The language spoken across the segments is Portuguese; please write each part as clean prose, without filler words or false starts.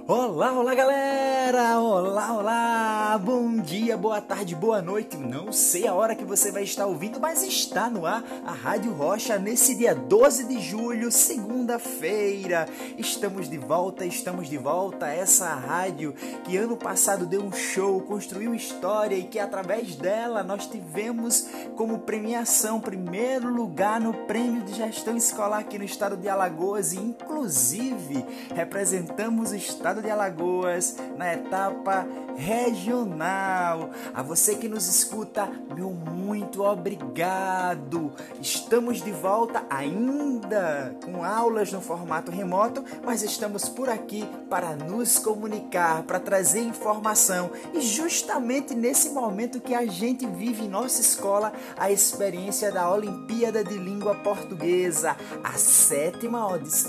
Olá, olá galera! Olá, olá! Bom dia, boa tarde, boa noite. Não sei a hora que você vai estar ouvindo, mas está no ar a Rádio Rocha nesse dia 12 de julho, segunda-feira. Estamos de volta. Essa rádio que ano passado deu um show, construiu história e que através dela nós tivemos como premiação primeiro lugar no Prêmio de Gestão Escolar aqui no estado de Alagoas e inclusive representamos o estado de Alagoas na etapa regional. A você que nos escuta, meu muito obrigado. Estamos de volta ainda com aulas no formato remoto, mas estamos por aqui para nos comunicar, para trazer informação e justamente nesse momento que a gente vive em nossa escola a experiência da Olimpíada de Língua Portuguesa, a sétima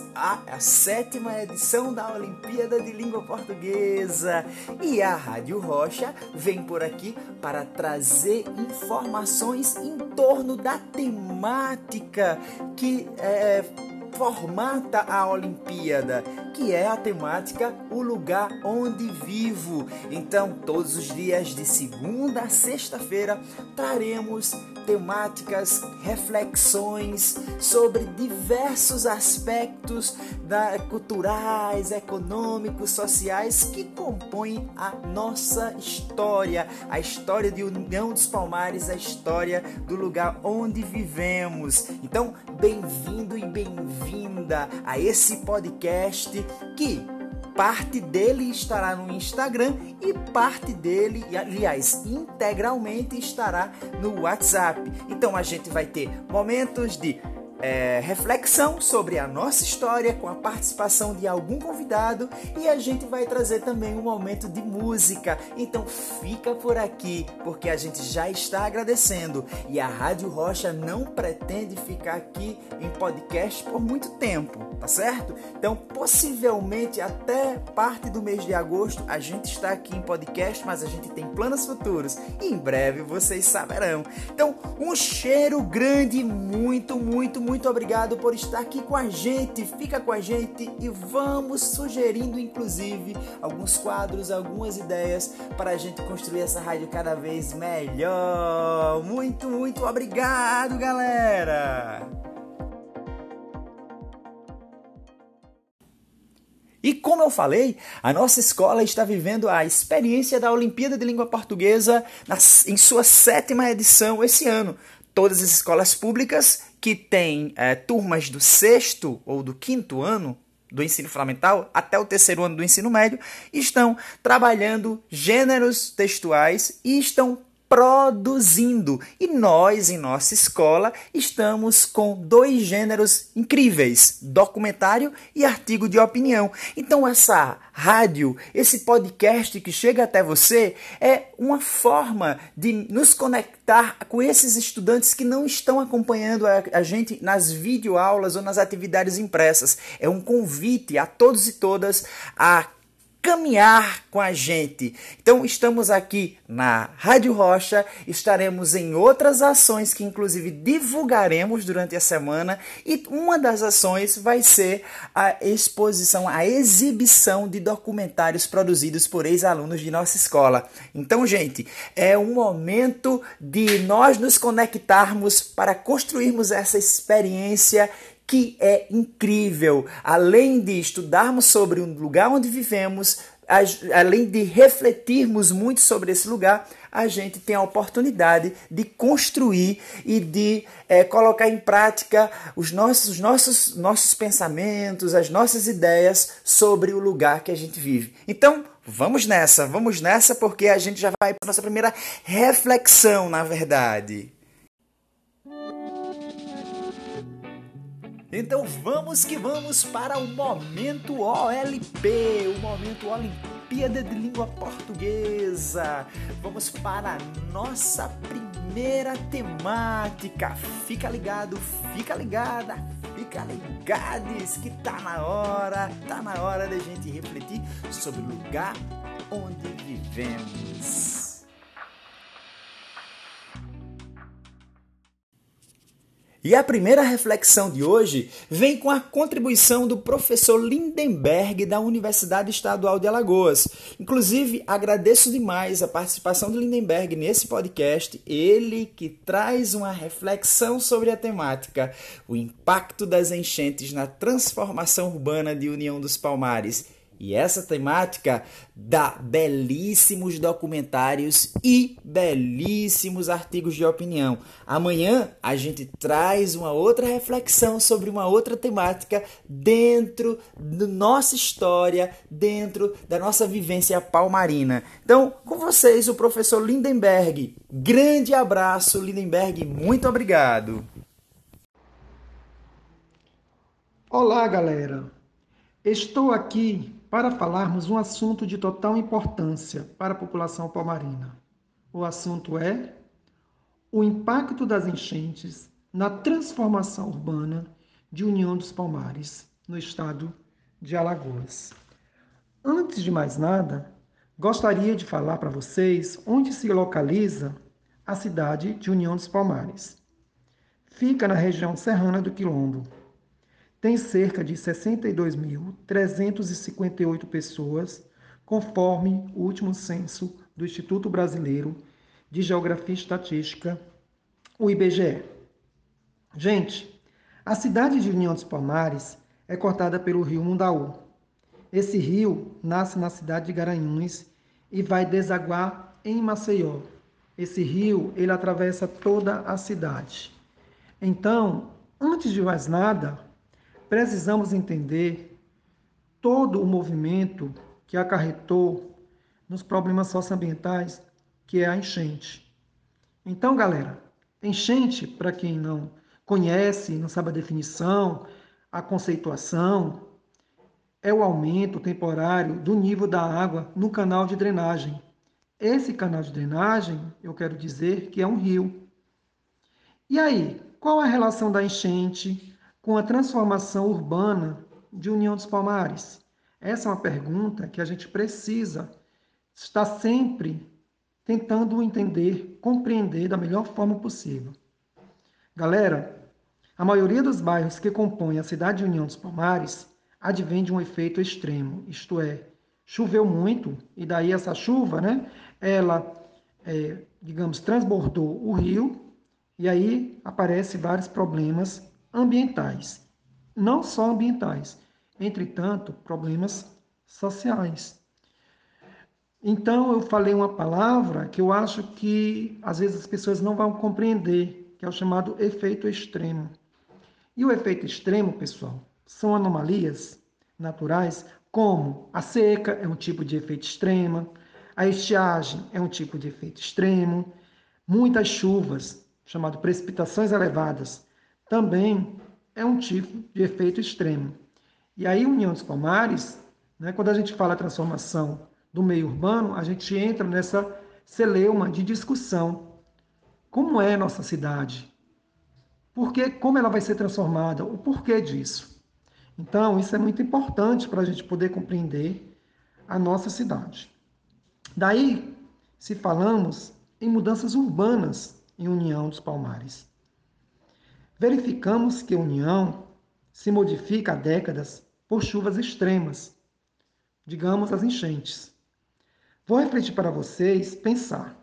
edição da Olimpíada de Língua Portuguesa. E a Rádio Rocha vem por aqui para trazer informações em torno da temática que formata a Olimpíada, que é a temática O Lugar Onde Vivo. Então, todos os dias de segunda a sexta-feira traremos temáticas, reflexões sobre diversos aspectos culturais, econômicos, sociais que compõem a nossa história, a história de União dos Palmares, a história do lugar onde vivemos. Então, bem-vindo e bem-vinda a esse podcast que parte dele estará no Instagram e parte dele, aliás, integralmente estará no WhatsApp. Então a gente vai ter momentos de reflexão sobre a nossa história com a participação de algum convidado e a gente vai trazer também um momento de música. Então fica por aqui porque a gente já está agradecendo e a Rádio Rocha não pretende ficar aqui em podcast por muito tempo, tá certo? Então possivelmente até parte do mês de agosto a gente está aqui em podcast, mas a gente tem planos futuros e em breve vocês saberão. Então um cheiro grande, muito obrigado por estar aqui com a gente. Fica com a gente e vamos sugerindo, inclusive, alguns quadros, algumas ideias para a gente construir essa rádio cada vez melhor. Muito obrigado, galera! E como eu falei, a nossa escola está vivendo a experiência da Olimpíada de Língua Portuguesa em sua 7ª edição esse ano. Todas as escolas públicas que têm turmas do 6º ou do 5º ano do ensino fundamental até o 3º ano do ensino médio estão trabalhando gêneros textuais e estão produzindo. E nós, em nossa escola, estamos com 2 gêneros incríveis, documentário e artigo de opinião. Então essa rádio, esse podcast que chega até você é uma forma de nos conectar com esses estudantes que não estão acompanhando a gente nas videoaulas ou nas atividades impressas. É um convite a todos e todas a caminhar com a gente. Então estamos aqui na Rádio Rocha, estaremos em outras ações que inclusive divulgaremos durante a semana e uma das ações vai ser a exibição de documentários produzidos por ex-alunos de nossa escola. Então, gente, é um momento de nós nos conectarmos para construirmos essa experiência que é incrível. Além de estudarmos sobre o lugar onde vivemos, além de refletirmos muito sobre esse lugar, a gente tem a oportunidade de construir e de colocar em prática os nossos pensamentos, as nossas ideias sobre o lugar que a gente vive. Então, vamos nessa porque a gente já vai para a nossa primeira reflexão, na verdade. Então vamos que vamos para o Momento OLP, o Momento Olimpíada de Língua Portuguesa. Vamos para a nossa primeira temática. Fica ligado, fica ligada, fica ligades que tá na hora da gente refletir sobre o lugar onde vivemos. E a primeira reflexão de hoje vem com a contribuição do professor Lindenberg da Universidade Estadual de Alagoas. Inclusive, agradeço demais a participação do Lindenberg nesse podcast, ele que traz uma reflexão sobre a temática, o impacto das enchentes na transformação urbana de União dos Palmares. E essa temática dá belíssimos documentários e belíssimos artigos de opinião. Amanhã a gente traz uma outra reflexão sobre uma outra temática dentro da nossa história, dentro da nossa vivência palmarina. Então, com vocês, o professor Lindenberg. Grande abraço, Lindenberg. Muito obrigado. Olá, galera. Estou aqui para falarmos um assunto de total importância para a população palmarina. O assunto é o impacto das enchentes na transformação urbana de União dos Palmares, no estado de Alagoas. Antes de mais nada, gostaria de falar para vocês onde se localiza a cidade de União dos Palmares. Fica na região serrana do Quilombo. Tem cerca de 62.358 pessoas, conforme o último censo do Instituto Brasileiro de Geografia e Estatística, o IBGE. Gente, a cidade de União dos Palmares é cortada pelo rio Mundaú. Esse rio nasce na cidade de Garanhuns e vai desaguar em Maceió. Esse rio, ele atravessa toda a cidade. Então, antes de mais nada, precisamos entender todo o movimento que acarretou nos problemas socioambientais, que é a enchente. Então, galera, enchente, para quem não conhece, não sabe a definição, a conceituação, é o aumento temporário do nível da água no canal de drenagem. Esse canal de drenagem, eu quero dizer que é um rio. E aí, qual a relação da enchente com a transformação urbana de União dos Palmares? Essa é uma pergunta que a gente precisa estar sempre tentando entender, compreender da melhor forma possível. Galera, a maioria dos bairros que compõem a cidade de União dos Palmares advém de um efeito extremo, isto é, choveu muito e daí essa chuva, ela, digamos, transbordou o rio e aí aparecem vários problemas ambientais, não só ambientais, entretanto, problemas sociais. Então, eu falei uma palavra que eu acho que às vezes as pessoas não vão compreender, que é o chamado efeito extremo. E o efeito extremo, pessoal, são anomalias naturais, como a seca é um tipo de efeito extremo, a estiagem é um tipo de efeito extremo, muitas chuvas, chamado precipitações elevadas, também é um tipo de efeito extremo. E aí, União dos Palmares, quando a gente fala transformação do meio urbano, a gente entra nessa celeuma de discussão. Como é a nossa cidade? Como ela vai ser transformada? O porquê disso? Então, isso é muito importante para a gente poder compreender a nossa cidade. Daí, se falamos em mudanças urbanas em União dos Palmares. Verificamos que a União se modifica há décadas por chuvas extremas, digamos as enchentes. Vou refletir para vocês pensar.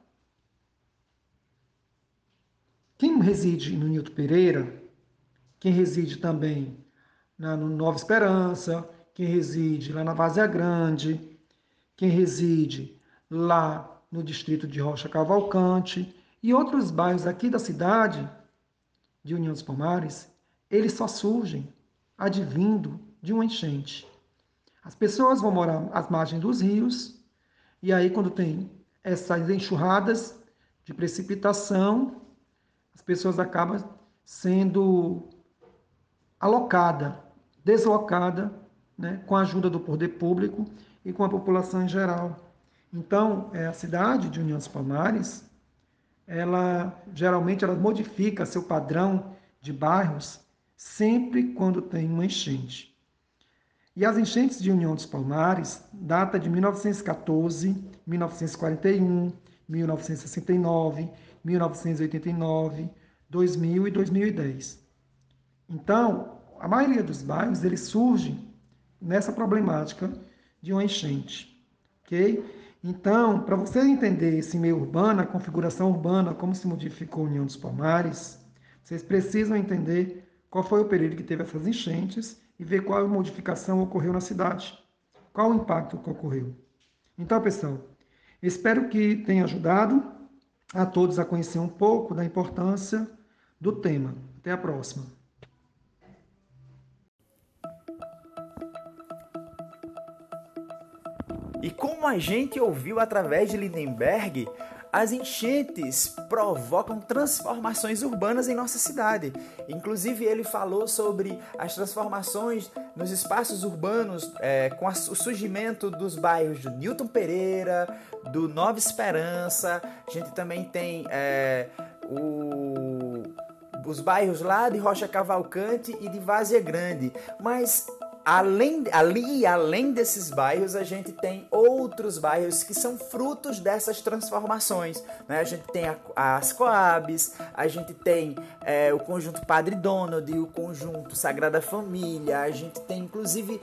Quem reside no Nilton Pereira, quem reside também no Nova Esperança, quem reside lá na Várzea Grande, quem reside lá no distrito de Rocha Cavalcante e outros bairros aqui da cidade de União dos Palmares, eles só surgem advindo de uma enchente. As pessoas vão morar às margens dos rios, e aí quando tem essas enxurradas de precipitação, as pessoas acabam sendo alocadas, deslocadas, com a ajuda do poder público e com a população em geral. Então, a cidade de União dos Palmares, geralmente ela modifica seu padrão de bairros sempre quando tem uma enchente. E as enchentes de União dos Palmares data de 1914, 1941, 1969, 1989, 2000 e 2010. Então, a maioria dos bairros, eles surgem nessa problemática de uma enchente, ok? Então, para você entender esse meio urbano, a configuração urbana, como se modificou a União dos Palmares, vocês precisam entender qual foi o período que teve essas enchentes e ver qual modificação ocorreu na cidade, qual o impacto que ocorreu. Então, pessoal, espero que tenha ajudado a todos a conhecer um pouco da importância do tema. Até a próxima. E como a gente ouviu através de Lindenberg, as enchentes provocam transformações urbanas em nossa cidade. Inclusive, ele falou sobre as transformações nos espaços urbanos com o surgimento dos bairros do Newton Pereira, do Nova Esperança. A gente também tem os bairros lá de Rocha Cavalcante e de Várzea Grande. Mas além desses bairros, a gente tem outros bairros que são frutos dessas transformações, né? A gente tem as Coabs, a gente tem o conjunto Padre Donald, o conjunto Sagrada Família, a gente tem inclusive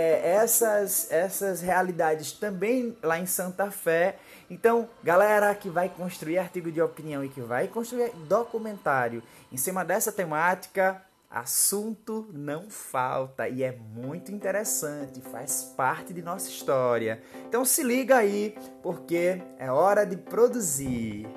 essas realidades também lá em Santa Fé. Então, galera que vai construir artigo de opinião e que vai construir documentário em cima dessa temática, assunto não falta e é muito interessante, faz parte de nossa história. Então se liga aí, porque é hora de produzir.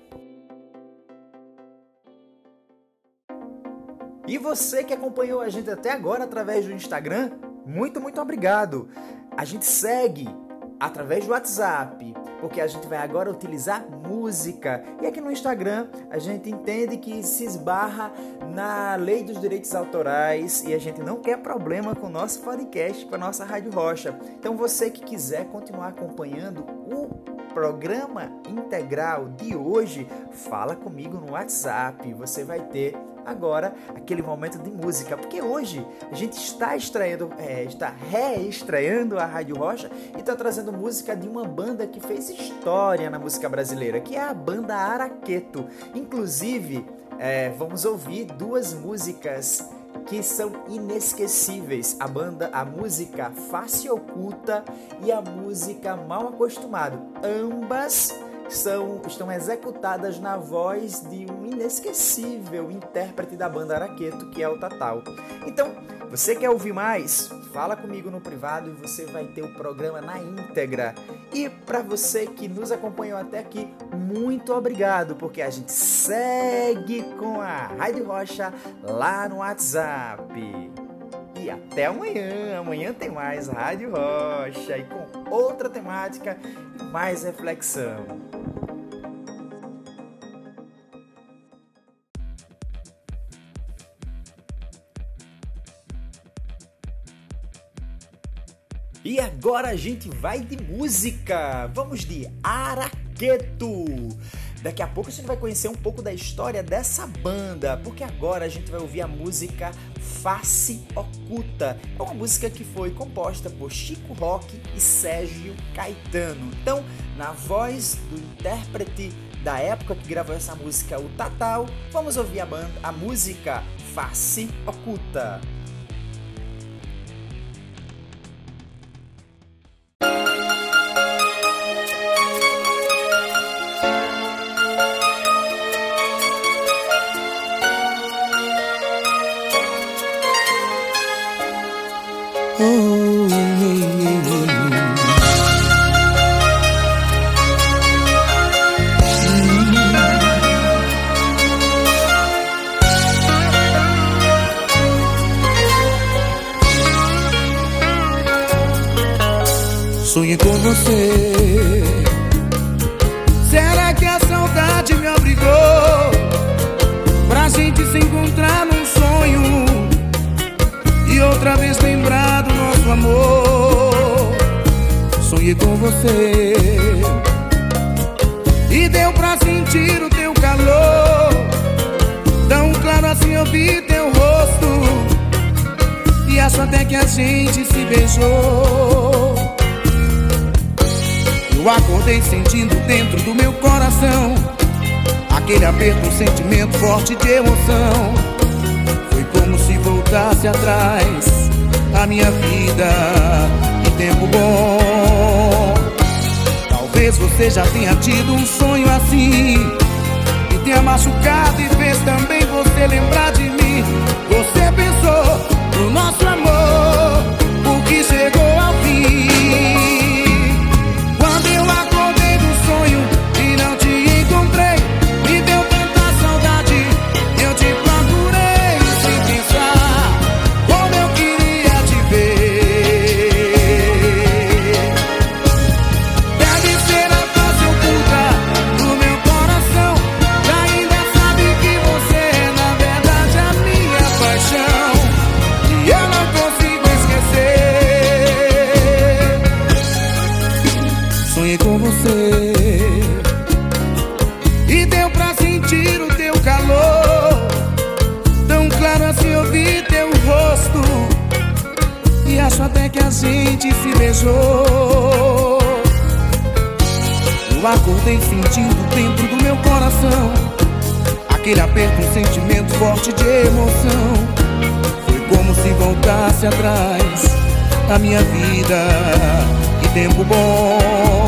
E você que acompanhou a gente até agora através do Instagram, muito obrigado. A gente segue através do WhatsApp, porque a gente vai agora utilizar música. E aqui no Instagram a gente entende que se esbarra na lei dos direitos autorais e a gente não quer problema com o nosso podcast, com a nossa Rádio Rocha. Então você que quiser continuar acompanhando o programa integral de hoje, fala comigo no WhatsApp. Você vai ter agora aquele momento de música, porque hoje a gente está reestreando a Rádio Rocha e está trazendo música de uma banda que fez história na música brasileira, que é a banda Araqueto. Inclusive, vamos ouvir duas músicas que são inesquecíveis, a música Face Oculta e a música Mal Acostumado. Ambas estão executadas na voz de um inesquecível intérprete da banda Araqueto, que é o Tatal. Então, você quer ouvir mais? Fala comigo no privado e você vai ter o programa na íntegra. E para você que nos acompanhou até aqui, muito obrigado, porque a gente segue com a Rádio Rocha lá no WhatsApp. E até amanhã. Amanhã tem mais Rádio Rocha e com outra temática e mais reflexão. E agora a gente vai de música. Vamos de Araqueto. Daqui a pouco a gente vai conhecer um pouco da história dessa banda, porque agora a gente vai ouvir a música Face Oculta. É uma música que foi composta por Chico Roque e Sérgio Caetano. Então, na voz do intérprete da época que gravou essa música, o Tatal, vamos ouvir a música Face Oculta. Sonhei com você. Será que a saudade me obrigou pra gente se encontrar num sonho e outra vez lembrar do nosso amor? Sonhei com você e deu pra sentir o teu calor, tão claro assim eu vi teu rosto e acho até que a gente se beijou. Eu acordei sentindo dentro do meu coração aquele aperto, um sentimento forte de emoção. Foi como se voltasse atrás, a minha vida, que tempo bom. Talvez você já tenha tido um sonho assim, e tenha machucado e fez também você lembrar de mim. Você pensou no nosso amor, o que chegou ao fim. Quando eu acordei do sonho e não te encontrei, me deu tanta saudade, eu te procurei sem pensar como eu queria te ver. Deve ser a face oculta do meu coração, que ainda sabe que você é na verdade a minha paixão, e eu não consigo esquecer. Sonhei com você e deu pra sentir o teu calor, tão claro assim eu vi teu rosto, e acho até que a gente se beijou. Eu acordei sentindo dentro do meu coração aquele aperto, um sentimento forte de emoção. Foi como se voltasse atrás a minha vida, que tempo bom.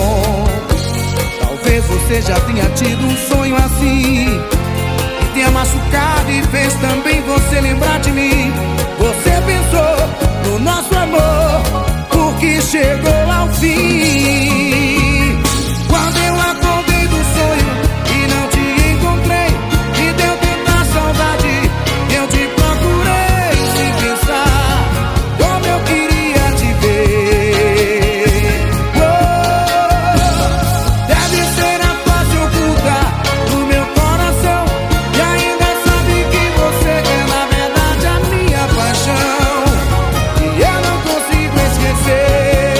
Talvez você já tenha tido um sonho assim, e tenha machucado e fez também você lembrar de mim. Você pensou no nosso amor, o que chegou ao fim. Quando eu acordei do sonho e não te encontrei, me deu tanta saudade, eu te procurei sem pensar como eu queria te ver. Deve ser a face oculta do meu coração, que ainda sabe que você é na verdade a minha paixão, e eu não consigo esquecer.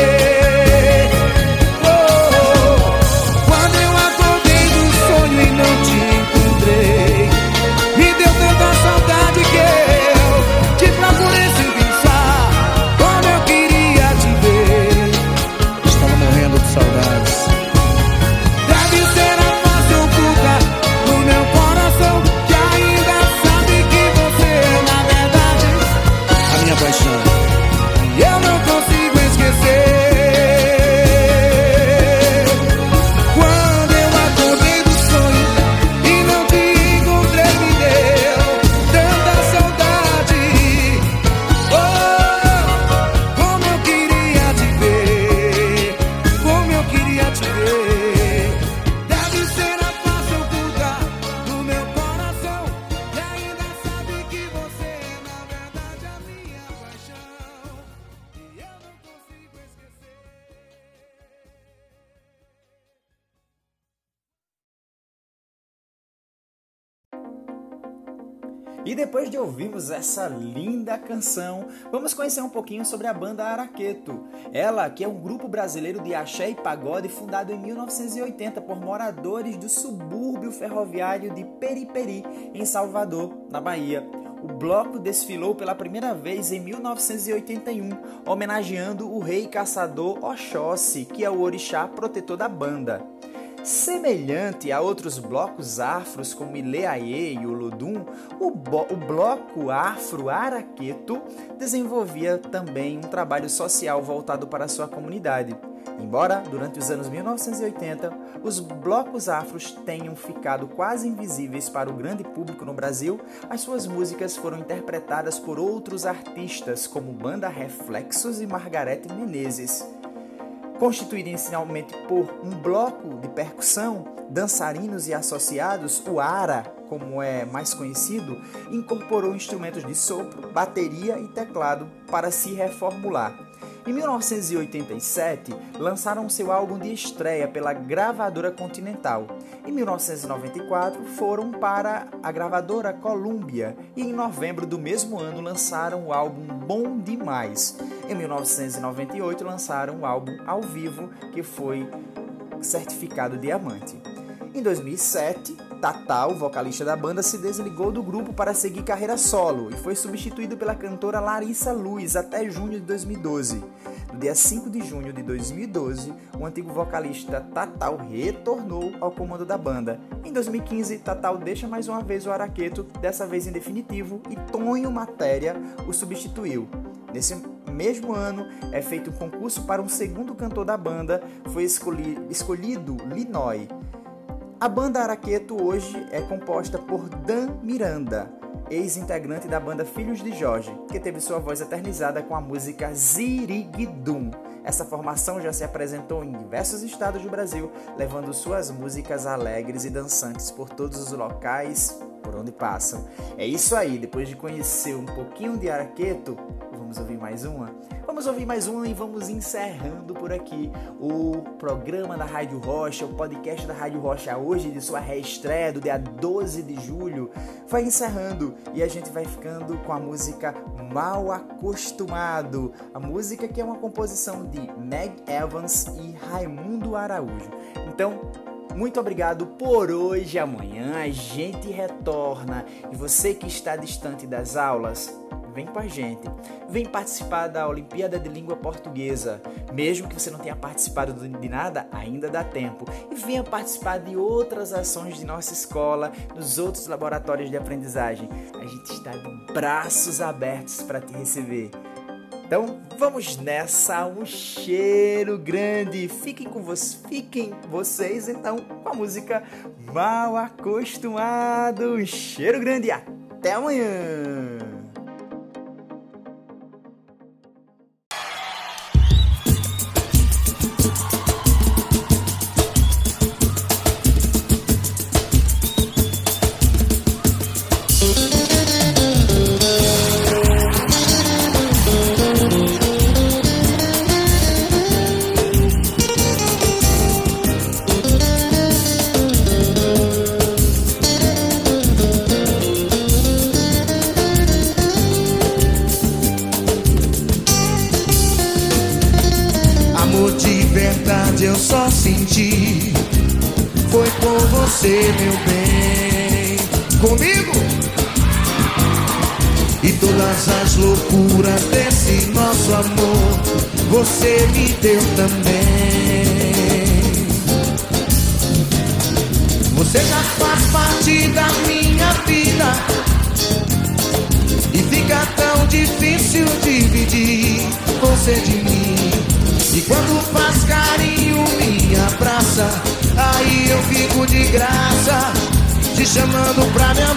Quando eu acordei do sonho e não te encontrei, me deu tanta saudade que eu te procurei sem pensar como eu queria te ver. Estava morrendo de saudades. Deve ser a face oculta do meu coração, que ainda sabe que você é na verdade a minha paixão, e eu não consigo esquecer. Quando eu acordei do sonho e não te encontrei, me deu tanta saudade. Como eu queria te ver, como eu queria te ver. Deve ser a face oculta do meu coração, que ainda sabe que você é na verdade a minha paixão, e eu não consigo esquecer. E depois de ouvirmos essa linda canção, vamos conhecer um pouquinho sobre a banda Araqueto. Ela, que é um grupo brasileiro de axé e pagode fundado em 1980 por moradores do subúrbio ferroviário de Periperi, em Salvador, na Bahia. O bloco desfilou pela primeira vez em 1981, homenageando o rei caçador Oxóssi, que é o orixá protetor da banda. Semelhante a outros blocos afros como Ileaê e Olodum, o bloco afro Araqueto desenvolvia também um trabalho social voltado para a sua comunidade. Embora, durante os anos 1980, os blocos afros tenham ficado quase invisíveis para o grande público no Brasil, as suas músicas foram interpretadas por outros artistas como Banda Reflexos e Margareth Menezes. Constituído inicialmente por um bloco de percussão, dançarinos e associados, o ARA, como é mais conhecido, incorporou instrumentos de sopro, bateria e teclado para se reformular. Em 1987, lançaram seu álbum de estreia pela gravadora Continental. Em 1994, foram para a gravadora Columbia e em novembro do mesmo ano lançaram o álbum Bom Demais. Em 1998, lançaram o álbum Ao Vivo, que foi certificado diamante. Em 2007, Tatal, vocalista da banda, se desligou do grupo para seguir carreira solo e foi substituído pela cantora Larissa Luz até junho de 2012. No dia 5 de junho de 2012, o antigo vocalista Tatal retornou ao comando da banda. Em 2015, Tatal deixa mais uma vez o Araqueto, dessa vez em definitivo, e Tonho Matéria o substituiu. Nesse mesmo ano, é feito um concurso para um segundo cantor da banda, foi escolhido Linói. A banda Araqueto hoje é composta por Dan Miranda, ex-integrante da banda Filhos de Jorge, que teve sua voz eternizada com a música Ziriguidum. Essa formação já se apresentou em diversos estados do Brasil, levando suas músicas alegres e dançantes por todos os locais por onde passam. É isso aí, depois de conhecer um pouquinho de Araqueto, vamos ouvir mais uma? Vamos ouvir mais uma e vamos encerrando por aqui o programa da Rádio Rocha, o podcast da Rádio Rocha hoje, de sua reestreia do dia 12 de julho, vai encerrando e a gente vai ficando com a música Mal Acostumado, a música que é uma composição de Meg Evans e Raimundo Araújo. Então, muito obrigado por hoje. Amanhã a gente retorna. E você que está distante das aulas, vem com a gente. Vem participar da Olimpíada de Língua Portuguesa. Mesmo que você não tenha participado de nada, ainda dá tempo. E venha participar de outras ações de nossa escola, nos outros laboratórios de aprendizagem. A gente está de braços abertos para te receber. Então, vamos nessa, um cheiro grande. Fiquem vocês, então, com a música Mal Acostumado. Um cheiro grande, até amanhã. Eu só senti, foi por você, meu bem, comigo. E todas as loucuras desse nosso amor, você me deu também. Você já faz parte da minha vida e fica tão difícil dividir você de mim. E quando faz carinho, me abraça, aí eu fico de graça, te chamando pra me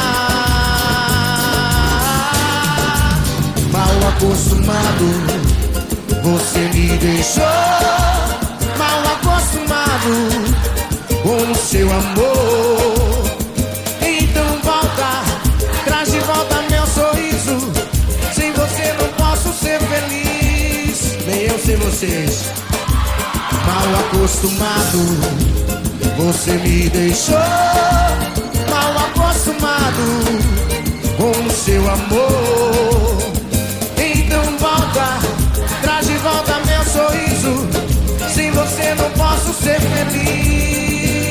amar. Mal acostumado, você me deixou. Mal acostumado com o seu amor. Então volta, traz de volta meu sorriso. Sem você não posso ser feliz, nem eu sem vocês. Mal acostumado, você me deixou. Mal acostumado com o seu amor. Então volta, traz de volta meu sorriso. Sem você não posso ser feliz.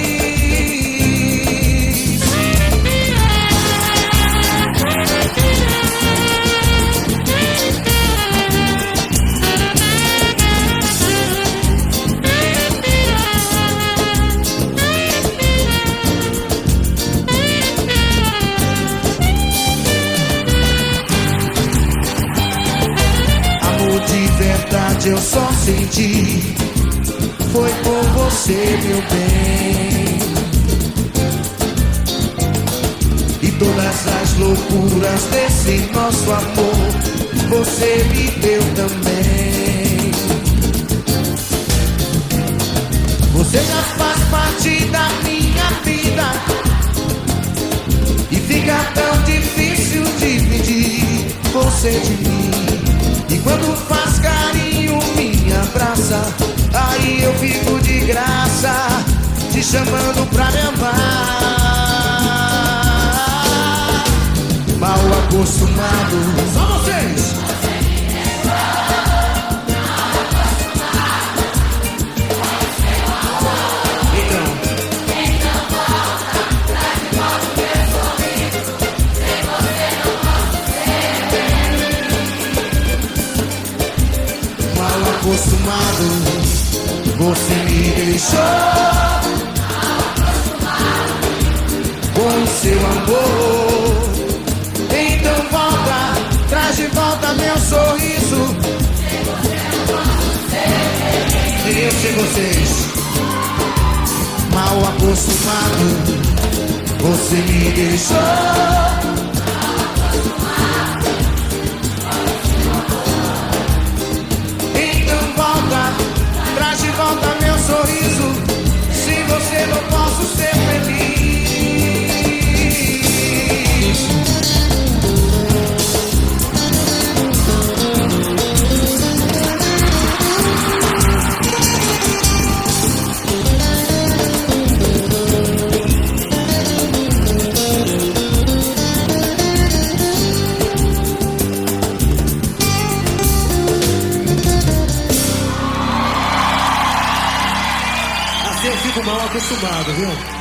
Eu só senti, foi por você, meu bem. E todas as loucuras desse nosso amor, você me deu também. Você já faz parte da minha vida e fica tão difícil dividir você de mim. E quando faz carinho, me abraça, aí eu fico de graça, te chamando pra me amar. Mal acostumado, só vocês. Mal acostumado, você me deixou. Com seu amor, então volta, traz de volta meu sorriso. Eu sei vocês, mal acostumado, você me deixou. Então volta, traz de volta meu sorriso. Sem você não posso ser feliz. Assim eu fico mal acostumado, viu?